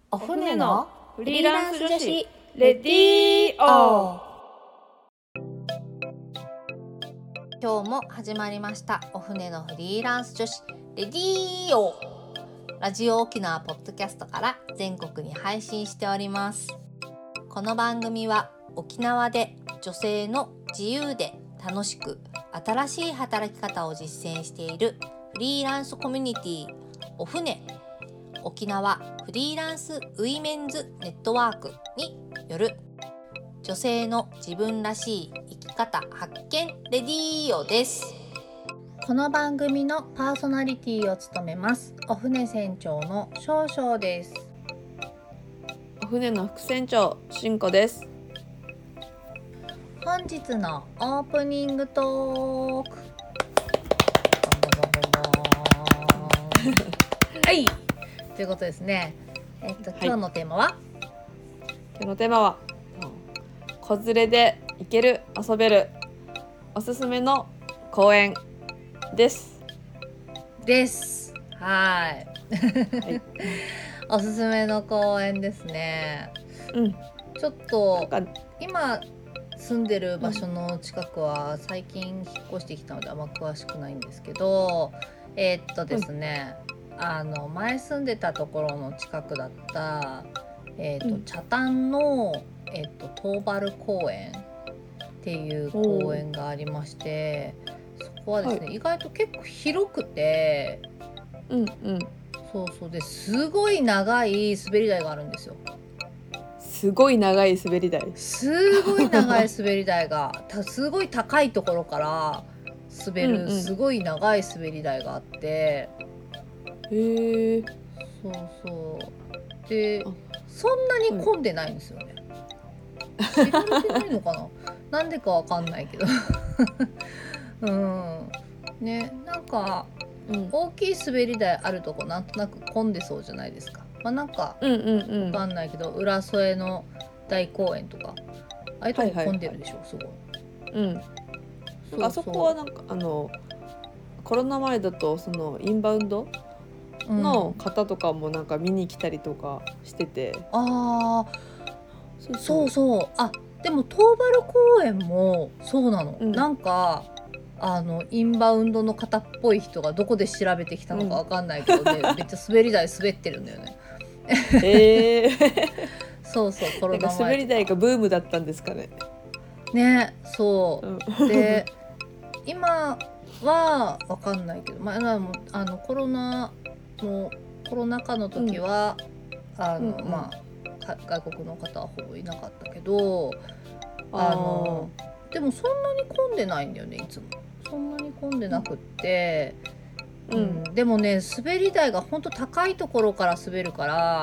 お船のフリーランス女子レディオ。 今日も始まりましたお船のフリーランス女子レディオ。ラジオ沖縄ポッドキャストから全国に配信しております。この番組は沖縄で女性の自由で楽しく新しい働き方を実践しているフリーランスコミュニティお船沖縄フリーランスウィメンズネットワークによる女性の自分らしい生き方発見レディオです。この番組のパーソナリティを務めますお船船長の少々です。 お船の副船長しんこです。 本日のオープニングトークはいということですね。今日のテーマは、 今日のテーマは子連れで行ける遊べるおすすめの公園ですはい、はい、おすすめの公園ですね。ちょっと今住んでる場所の近くは最近引っ越してきたのであんま詳しくないんですけど、ですね、前住んでたところの近くだった、北谷の、東原公園っていう公園がありまして、そこはですね、意外と結構広くて、そうですごい長い滑り台があるんですよ。 すごい長い滑り台すごい長い滑り台がすごい高いところから滑るすごい長い滑り台があって、 へえ。 そうでそんなに混んでないんですよね。知られてないのかななんでかわかんないけどね、なんか、大きい滑り台あるとこなんとなく混んでそうじゃないですか。なんかわかんないけど、浦添の大公園とかああいうとこ混んでるでしょ、すごい。 なんかあそこはなんかコロナ前だとそのインバウンドの方とかもなんか見に来たりとかしてて、そうあ、でも東原公園もそうなの、なんかインバウンドの方っぽい人がどこで調べてきたのかわかんないけどね、めっちゃ滑り台滑ってるんだよね。そうコロナ前とか滑り台がブームだったんですかね。 ね、で今はわかんないけど、コロナ禍の時は、外国の方はほぼいなかったけど、でもそんなに混んでないんだよね。いつもそんなに混んでなくって、でもね、滑り台がほんと高いところから滑るから、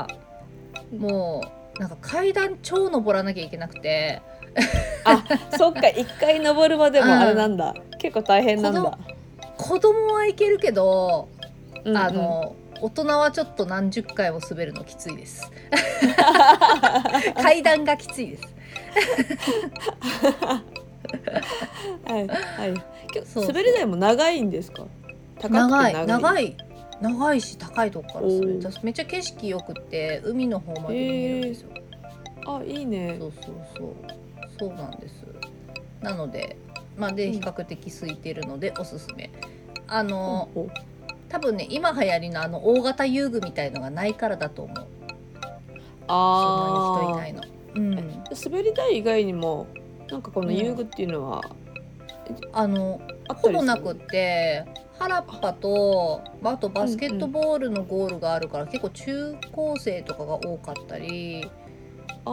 もうなんか階段超登らなきゃいけなくてそっか、一回登るまでもあれなんだ、結構大変なんだ。 子供はいけるけど、大人はちょっと何十回も滑るのきついです階段がきついです滑り台も長いんですか？ 長いし高いとこから滑る。めっちゃ景色よくって海の方まで見えるんですよ。 いいね。 そうなんです。なのでで比較的空いてるのでおすすめ。多分ね、今流行りの大型遊具みたいのがないからだと思う。そんなに人いないの。 滑り台以外にもなんかこの遊具っていうのは、 ほぼなくって原っぱと、あとバスケットボールのゴールがあるから、結構中高生とかが多かったり、あ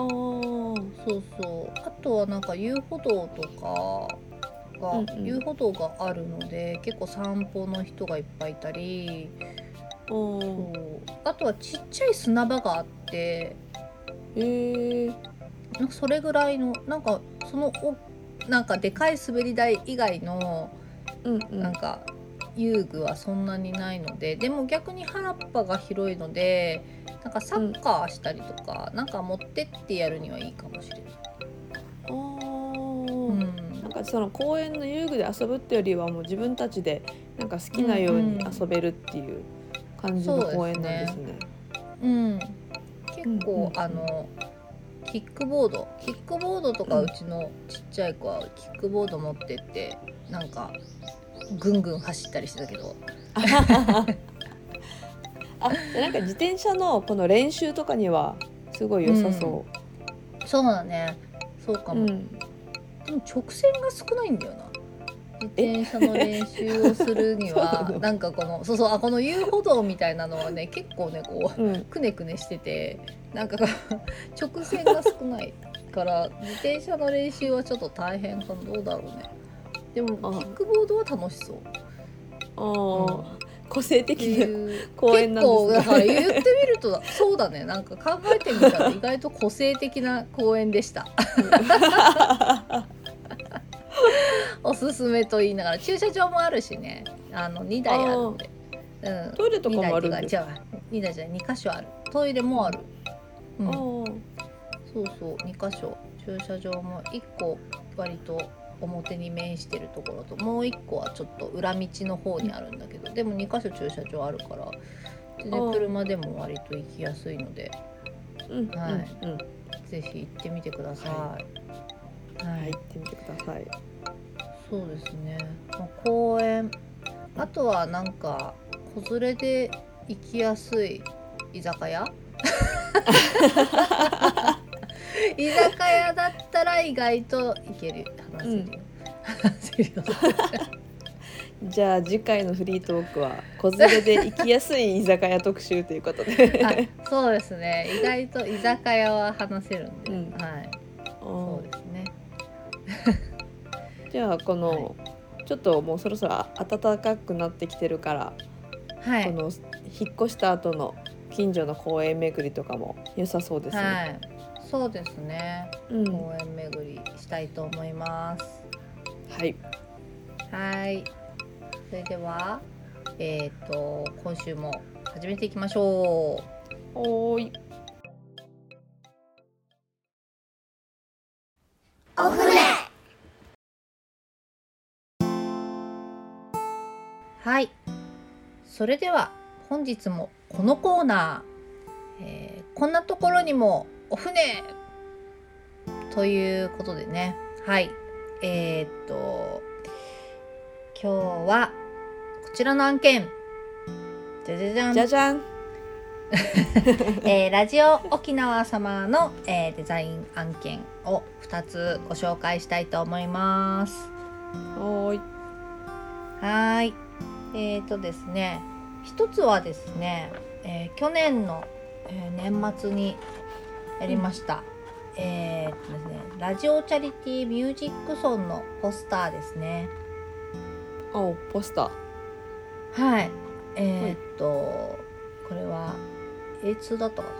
とはなんか遊歩道とか遊歩道があるので結構散歩の人がいっぱいいたり、あとはちっちゃい砂場があって、なんかそれぐらいのなんかなんかでかい滑り台以外の、なんか遊具はそんなにないので、でも逆に原っぱが広いのでなんかサッカーしたりとか、なんか持ってってやるにはいいかもしれない。 なんかその公園の遊具で遊ぶってよりはもう自分たちでなんか好きなように遊べるっていう感じの公園なんですね。 結構、キックボードとか、うちのちっちゃい子はキックボード持ってってなんかぐんぐん走ったりしてたけどなんか自転車のこの練習とかにはすごい良さそう、 そうだね、そうかも、でも直線が少ないんだよな、自転車の練習をするにはなんかこの遊歩道みたいなのはね結構ねこう、くねくねしててなんか直線が少ないから自転車の練習はちょっと大変かな、どうだろうね。でもキックボードは楽しそう。 個性的な公園なんですね。 結構だから言ってみるとそうだね、なんか考えてみたら意外と個性的な公園でしたおすすめと言いながら駐車場もあるしね、2台あるので、 トイレとかもあるんですか ？2台じゃない、2箇所ある、トイレもある、そうそう2箇所、駐車場も1個割と表に面してるところと、もう1個はちょっと裏道の方にあるんだけど、でも2箇所駐車場あるからで、車でも割と行きやすいので、ぜひ行ってみてください。 行ってみてください。 そうですね、公園、あとはなんか子連れで行きやすい居酒屋居酒屋だったら意外と行ける、話せるよじゃあ次回のフリートークは子連れで行きやすい居酒屋特集ということでそうですね、意外と居酒屋は話せるんで、そうですねじゃあこの、ちょっともうそろそろ暖かくなってきてるから、この引っ越した後の近所の公園巡りとかも良さそうですね。 そうですね、公園巡りしたいと思います。それでは今週も始めていきましょう。 お船それでは本日もこのコーナー、こんなところにもお船ということでね、今日はこちらの案件、じゃじゃじゃんじゃじゃんラジオ沖縄様の、デザイン案件を2つご紹介したいと思います。ですね、一つはですね、去年の、年末にやりました、ラジオチャリティーミュージックソンのポスターですね。 ポスターこれは A2 だったか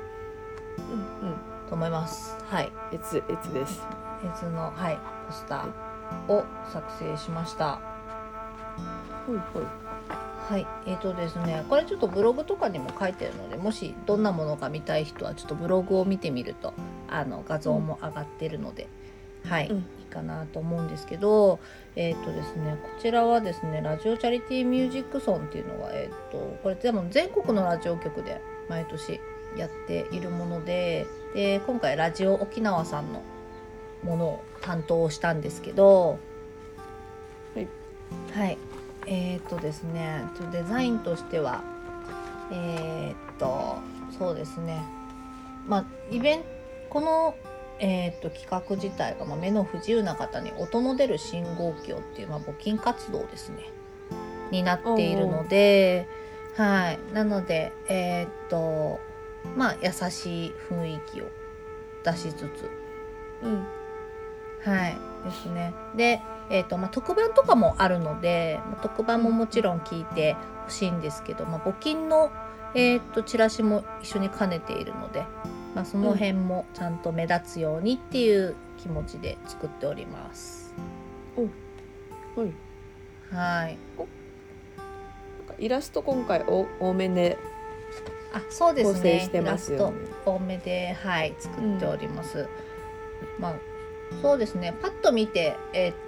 な、と思います。 A2 です。 A2 の、ポスターを作成しました。ですね、これちょっとブログとかにも書いてるので、もしどんなものか見たい人はちょっとブログを見てみると画像も上がってるので、いいかなと思うんですけど、ですね、こちらはですね、ラジオチャリティーミュージックソンっていうのが、これでも全国のラジオ局で毎年やっているもので、今回ラジオ沖縄さんのものを担当したんですけど、ですね、デザインとしてはそうですね、この、企画自体が、目の不自由な方に音の出る信号機をっていう、募金活動ですねになっているので、なので優しい雰囲気を出しつつ、ですね。で、特番とかもあるので、特番ももちろん聞いてほしいんですけど、募金の、チラシも一緒に兼ねているので、その辺もちゃんと目立つようにっていう気持ちで作っております。 イラスト今回多めでそうですね、 してますよね。 イラスト多めで、作っております。そうですね、パッと見て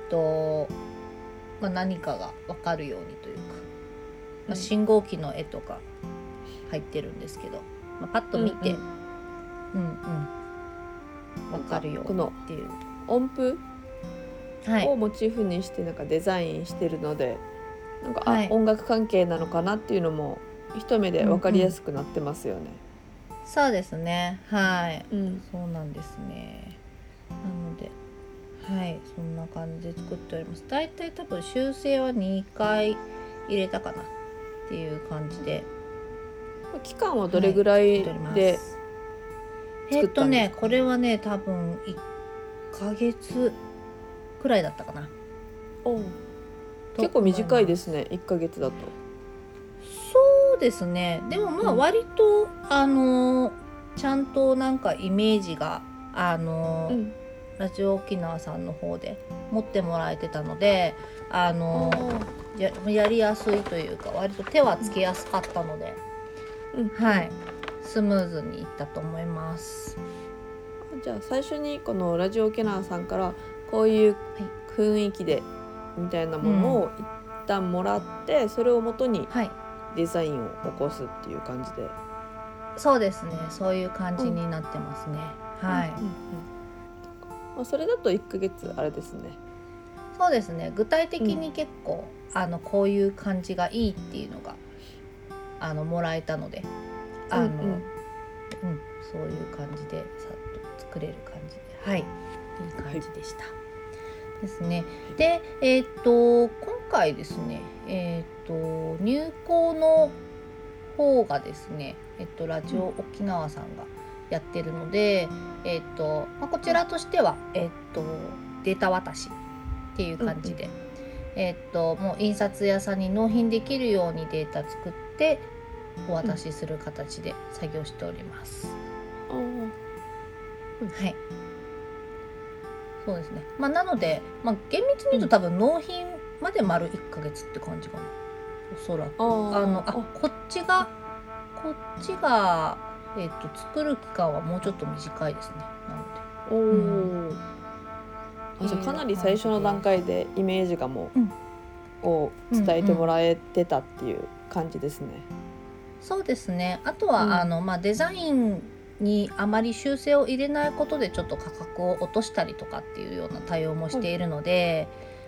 何かが分かるようにというか、信号機の絵とか入ってるんですけど、パッと見て、 かるようにっていう音符をモチーフにしてなんかデザインしてるので、なんか音楽関係なのかなっていうのも一目で分かりやすくなってますよね。 そうですね、はい、そうなんですね。なのでそんな感じで作っております。だいたい多分修正は2回入れたかなっていう感じで。 期間はどれぐらいで作ったんですか？ これはね多分1ヶ月くらいだったかな。 結構短いですね、1ヶ月だと。 そうですね。でもまあ割と、ちゃんとなんかイメージがラジオ沖縄さんの方で持ってもらえてたので、やりやすいというか割と手はつけやすかったので、スムーズにいったと思います。 じゃあ最初にこのラジオ沖縄さんからこういう雰囲気でみたいなものを一旦もらって、それをもとにデザインを起こすっていう感じで、 そうですね、そういう感じになってますね。 それだと1ヶ月あれですね。 そうですね、具体的に結構、こういう感じがいいっていうのがもらえたので、そういう感じでさっと作れる感じで、いい感じでした、ですね。で、今回ですね、入稿の方がですね、ラジオ沖縄さんがやってるので、こちらとしては、データ渡しっていう感じで、もう印刷屋さんに納品できるようにデータ作ってお渡しする形で作業しております。そうですね。なので、厳密に言うと多分納品まで丸1ヶ月って感じかな。おそらくこっちが作る期間はもうちょっと短いですね。なので、 じゃあかなり最初の段階でイメージがもう、を伝えてもらえてたっていう感じですね。 そうですね。あとは、デザインにあまり修正を入れないことでちょっと価格を落としたりとかっていうような対応もしているので、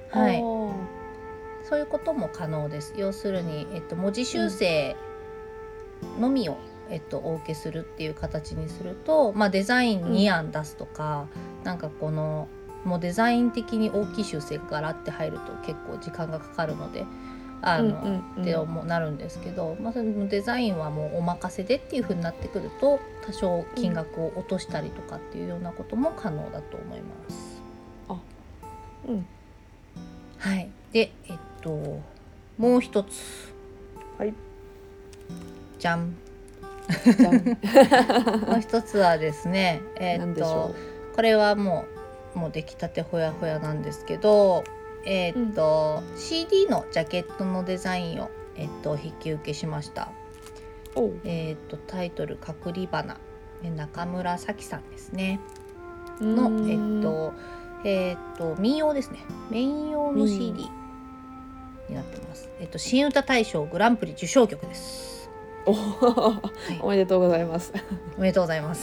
そういうことも可能です。要するに、文字修正のみを、お受けするっていう形にすると、デザイン2案出すとか、なんかこのもうデザイン的に大きい修正がガラって入ると結構時間がかかるのでってなるんですけど、そのデザインはもうお任せでっていう風になってくると多少金額を落としたりとかっていうようなことも可能だと思います。でもう一つ、じゃんもう一つはですね、これはもう出来たてほやほやなんですけど、CD のジャケットのデザインを、引き受けしました。タイトル隠り花、中村咲さんですねの民謡ですね。民謡の CD になってます。新歌大賞グランプリ受賞曲です。 おめでとうございます。 おめでとうございます。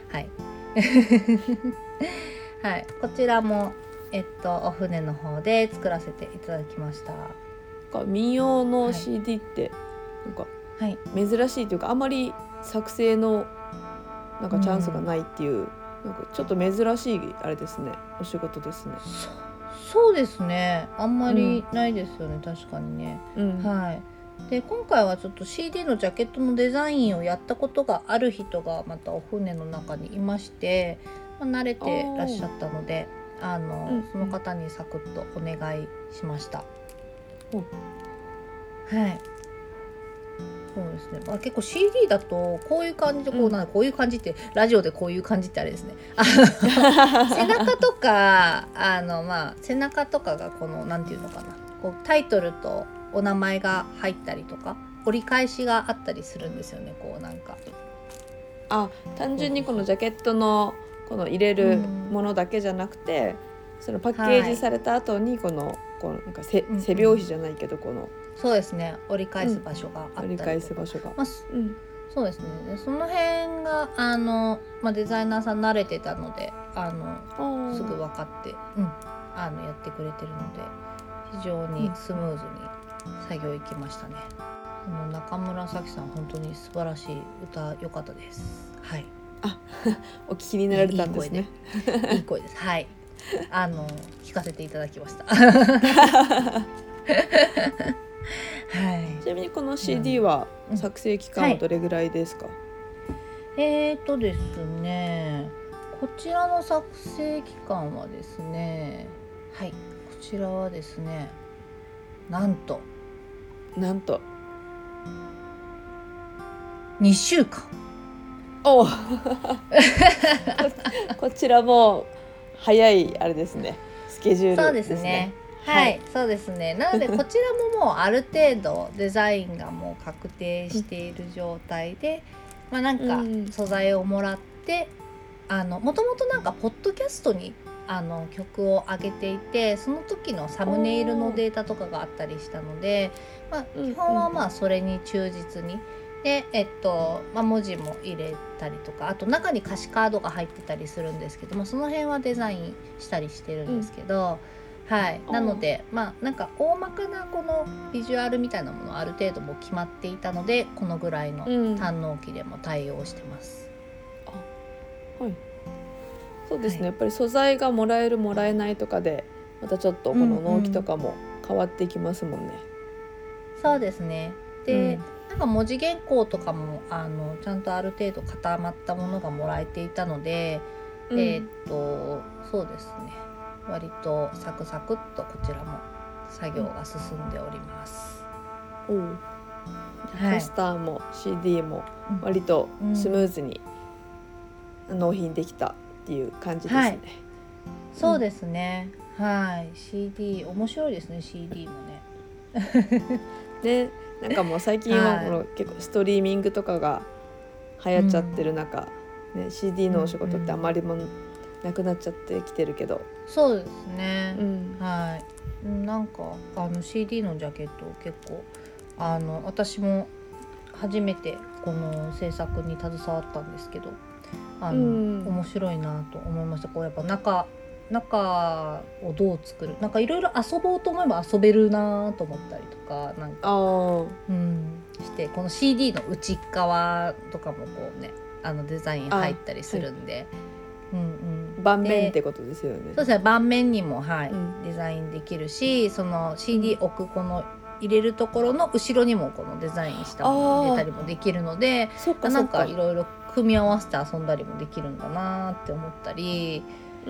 こちらもお船の方で作らせていただきました。 民謡の CD って、なんか珍しいというか、あまり作成のなんかチャンスがないっていう、なんかちょっと珍しいあれですね、お仕事ですね。 そうですね、あんまりないですよね、確かにね。で今回はちょっと CD のジャケットのデザインをやったことがある人がまたお船の中にいまして、慣れてらっしゃったので、その方にサクッとお願いしました。そうですね。結構 CD だとこういう感じでこういう感じってラジオでこういう感じってあれですね。背中とか背中とかがこのなんていうのかな、こうタイトルとお名前が入ったりとか折り返しがあったりするんですよね。こうなんか単純にこのジャケットのこの入れるものだけじゃなくて、そのパッケージされた後にこのなんか背表紙じゃないけどこのそうですね、折り返す場所があったりとか、 折り返す場所が、 そうですね。でその辺がデザイナーさん慣れてたのですぐ分かって、やってくれてるので非常にスムーズに作業いきましたね。中村咲さん本当に素晴らしい歌良かったです。はい。 お聞きになられたんですね。 いい声です。はい。聞かせていただきました。はい、 ちなみにこの CD は作成期間はどれぐらいですか？ ですね、こちらの作成期間はですね、はい、こちらはですね、なんと2週間。 おこちらも早いあれですね、スケジュールですね。 そうですね。はい、そうですね。なのでこちらももうある程度デザインがもう確定している状態で、なんか素材をもらって、もともとなんかポッドキャストに曲を上げていて、その時のサムネイルのデータとかがあったりしたので、基本はそれに忠実にで、文字も入れたりとか、あと中に歌詞カードが入ってたりするんですけども、その辺はデザインしたりしてるんですけど、はい、なのでなんか大まかなこのビジュアルみたいなものある程度も決まっていたので、このぐらいの単納期でも対応してます。 はい、そうですね、やっぱり素材がもらえるもらえないとかでまたちょっとこの納期とかも変わっていきますもんね。 そうですね。で、なんか文字原稿とかもちゃんとある程度固まったものがもらえていたので、そうですね、割とサクサクっとこちらも作業が進んでおります。 ポスターも CD も割とスムーズに納品できたっていう感じですね。はい、 そうですね。はい、CD 面白いですね。 CD もね。 でなんかもう最近はこの結構ストリーミングとかが流行っちゃってる中、CD のお仕事ってあまりもなくなっちゃってきてるけど、 そうですね、はい、なんかCD のジャケットを結構私も初めてこの制作に携わったんですけど、面白いなと思いました。こうやっぱ中をどう作る、なんかいろいろ遊ぼうと思えば遊べるなと思ったりとか、なんかしてこの CD の内側とかもこうねデザイン入ったりするんで、 盤面ってことですよね。 そうですね、盤面にも、デザインできるし、その CD 置くこの入れるところの後ろにもこのデザインしたものを入れたりもできるので、なんかいろいろ組み合わせて遊んだりもできるんだなって思ったり、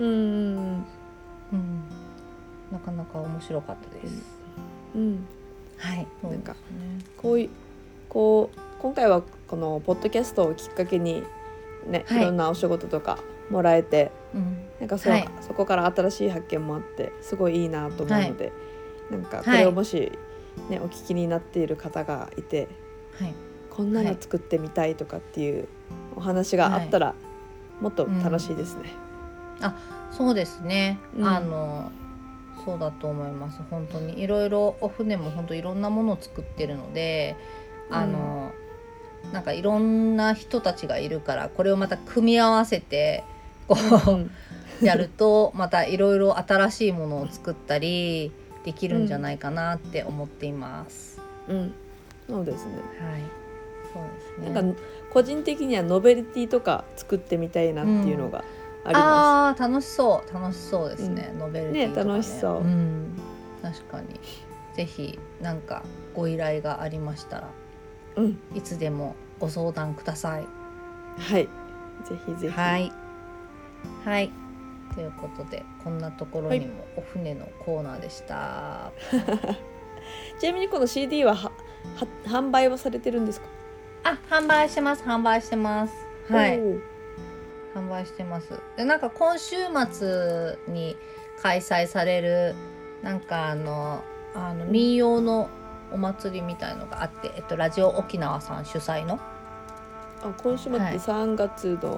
なかなか面白かったです。はい、 なんかこう今回はこのポッドキャストをきっかけにね、いろんなお仕事とかもらえて、なんかそこから新しい発見もあってすごいいいなと思うので、なんかこれをもし、お聞きになっている方がいて、こんなの作ってみたいとかっていうお話があったら、もっと楽しいですね。 そうですね、そうだと思います。本当にいろいろお船も本当いろんなものを作ってるので、なんかいろんな人たちがいるから、これをまた組み合わせてこうやるとまたいろいろ新しいものを作ったりできるんじゃないかなって思っています。 そうですね。 はい、そうですね。 なんか個人的にはノベルティとか作ってみたいなっていうのがあります。 楽しそうですね。ノベルティとかね。 楽しそう。 確かに。ぜひなんかご依頼がありましたら、いつでもご相談ください。 はい、ぜひぜひ。 はい。ということでこんなところにもお船のコーナーでした。 ちなみにこの CD は販売はされてるんですか？ 販売してます。はい。販売してます。でなんか今週末に開催されるなんか民謡のお祭りみたいのがあって、ラジオ沖縄さん主催の今週末って3月の、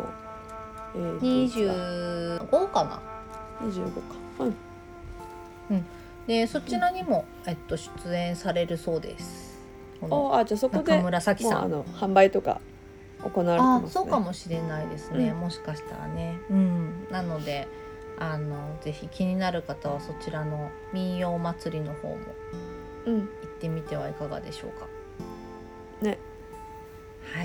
25かな。 25か。 でそちらにも、出演されるそうです。 じゃあそこで中村咲さん販売とか行われてますね。 そうかもしれないですね、もしかしたらね。なのでぜひ気になる方はそちらの民謡祭りの方も行ってみてはいかがでしょうか。 ね。 はい。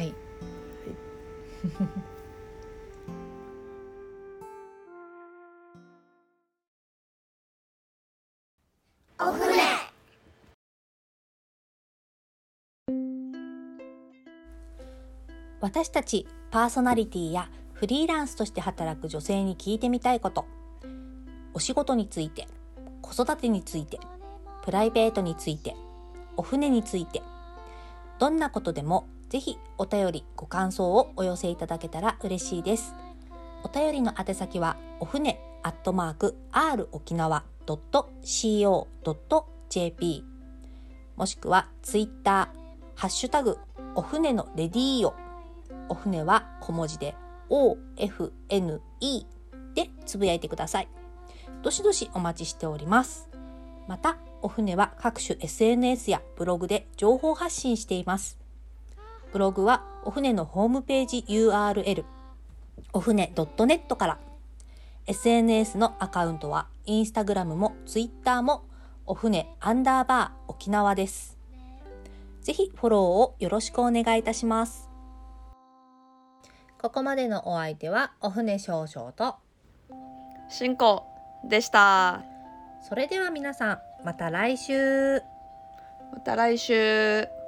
お船。私たちパーソナリティやフリーランスとして働く女性に聞いてみたいこと、お仕事について、子育てについて、プライベートについて、お船について、どんなことでもぜひお便りご感想をお寄せいただけたら嬉しいです。お便りの宛先はお船@r沖縄.co.jp もしくはツイッターハッシュタグお船のレディーオ、お船は小文字で OFNE でつぶやいてください。どしどしお待ちしております。またお船は各種 SNS やブログで情報発信しています。ブログはお船のホームページ URL お船 .net から、 SNS のアカウントはインスタグラムもツイッターもお船_沖縄です。ぜひフォローをよろしくお願いいたします。ここまでのお相手はお船少々としんこでした。 それでは皆さんまた来週。 また来週。